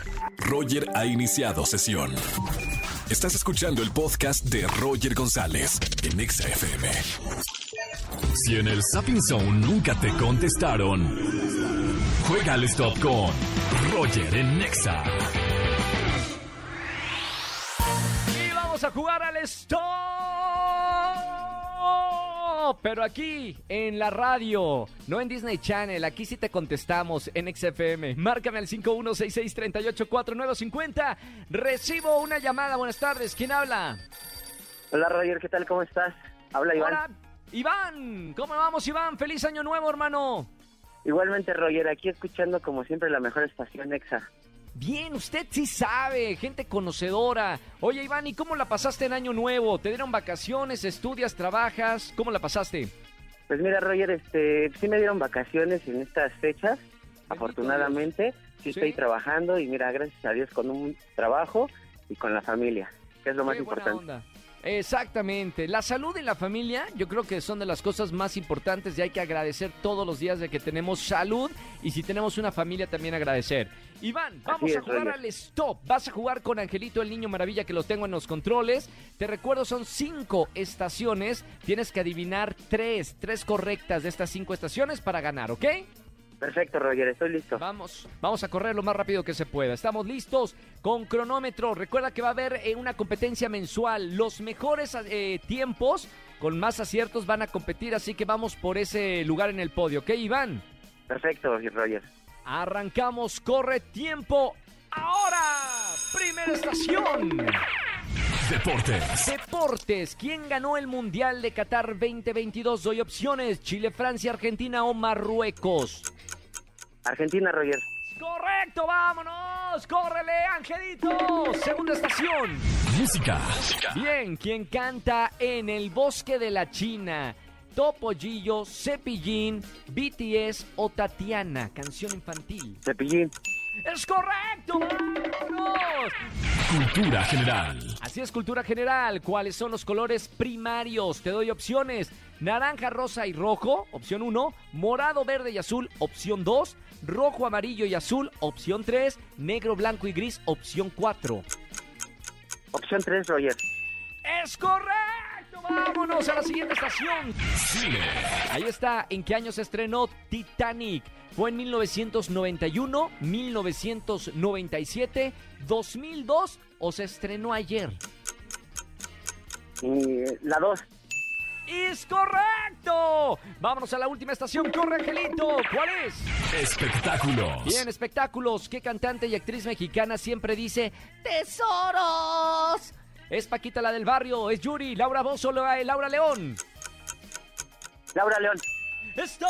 Roger ha iniciado sesión. Estás escuchando el podcast de Roger González en Exa FM. Si en el Zapping Zone nunca te contestaron, juega al Stop con Roger en Exa. Y vamos a jugar al Stop. Pero aquí, en la radio, no en Disney Channel, aquí sí te contestamos en XFM. Márcame al 5166384950. Recibo una llamada, buenas tardes, ¿quién habla? Hola Roger, ¿qué tal? ¿Cómo estás? Habla Iván. Hola, Iván, ¿cómo vamos, Iván? ¡Feliz año nuevo, hermano! Igualmente Roger, aquí escuchando como siempre la mejor estación Exa. Bien, usted sí sabe, gente conocedora. Oye, Iván, ¿y cómo la pasaste en año nuevo? ¿Te dieron vacaciones, estudias, trabajas? ¿Cómo la pasaste? Pues mira Roger, sí me dieron vacaciones en estas fechas, afortunadamente. Sí estoy trabajando y mira, gracias a Dios con un trabajo y con la familia, que es lo más importante. Onda. Exactamente, la salud y la familia yo creo que son de las cosas más importantes y hay que agradecer todos los días de que tenemos salud y si tenemos una familia también agradecer. Iván, vamos a jugar al Stop, vas a jugar con Angelito el Niño Maravilla que los tengo en los controles. Te recuerdo, son 5 estaciones, tienes que adivinar 3 correctas de estas 5 estaciones para ganar, ¿ok? Perfecto, Roger, estoy listo. Vamos a correr lo más rápido que se pueda. Estamos listos con cronómetro. Recuerda que va a haber una competencia mensual. Los mejores tiempos con más aciertos van a competir, así que vamos por ese lugar en el podio, ¿ok, Iván? Perfecto, Roger. Arrancamos, corre tiempo. Ahora, primera estación. Deportes. ¿Quién ganó el Mundial de Qatar 2022? Doy opciones: Chile, Francia, Argentina o Marruecos. Argentina, Roger. Correcto, vámonos. Córrele, Angelito. Segunda estación. Música. Bien, ¿quién canta En el Bosque de la China? Topollillo, Cepillín, BTS o Tatiana. Canción infantil. Cepillín. ¡Es correcto! ¡Vámonos! Cultura general. Así es, cultura general. ¿Cuáles son los colores primarios? Te doy opciones: naranja, rosa y rojo, opción 1; morado, verde y azul, opción 2; rojo, amarillo y azul, opción 3; negro, blanco y gris, opción 4. Opción 3, Roger. ¡Es correcto! ¡Vámonos a la siguiente estación! Cine. Ahí está. ¿En qué año se estrenó Titanic? ¿Fue en 1991, 1997, 2002 o se estrenó ayer? La 2. ¡Es correcto! Vámonos a la última estación. ¡Corre, Angelito! ¿Cuál es? Espectáculos. Bien, espectáculos. ¿Qué cantante y actriz mexicana siempre dice tesoros? ¿Es Paquita la del barrio? ¿Es Yuri, Laura Bozzo, Laura León? Laura León. ¡Stop!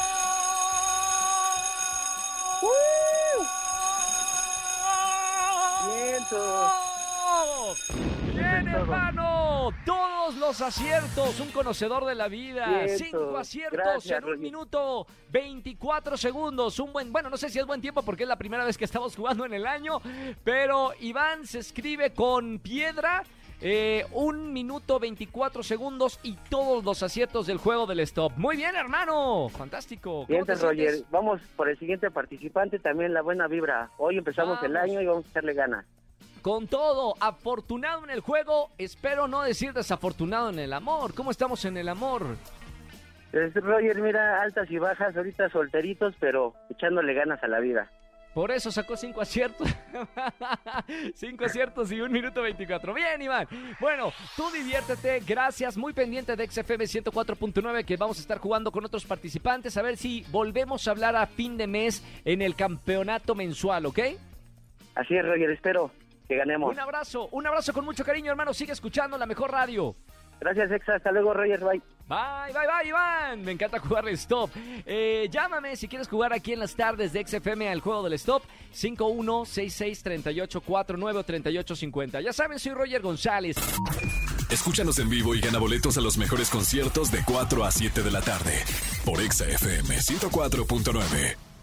¡Viento! ¡Bien, hermano! Todos los aciertos, un conocedor de la vida. Viento. 5 aciertos. Gracias, en 1 Roger. minuto 24 segundos. Bueno, no sé si es buen tiempo porque es la primera vez que estamos jugando en el año, pero Iván se escribe con piedra. 1 minuto 24 segundos y todos los aciertos del juego del Stop. Muy bien, hermano. Fantástico. Bien, ¿Cómo te Roger. sientes? Vamos por el siguiente participante, también la buena vibra. Hoy empezamos el año y vamos a echarle ganas. Con todo, afortunado en el juego, espero no decir desafortunado en el amor. ¿Cómo estamos en el amor? Roger, mira, altas y bajas, ahorita solteritos, pero echándole ganas a la vida. Por eso sacó 5 aciertos. 5 aciertos y 1 minuto 24. Bien, Iván. Bueno, tú diviértete. Gracias. Muy pendiente de XFM 104.9 que vamos a estar jugando con otros participantes. A ver si volvemos a hablar a fin de mes en el campeonato mensual, ¿ok? Así es, Roger, espero que ganemos. Un abrazo con mucho cariño, hermano. Sigue escuchando la mejor radio. Gracias, Exa. Hasta luego, Roger. Bye. Bye, Iván. Me encanta jugar el Stop. Llámame si quieres jugar aquí en las tardes de XFM al juego del Stop. 51663849 o 3850. Ya saben, soy Roger González. Escúchanos en vivo y gana boletos a los mejores conciertos de 4 a 7 de la tarde por Exa FM 104.9.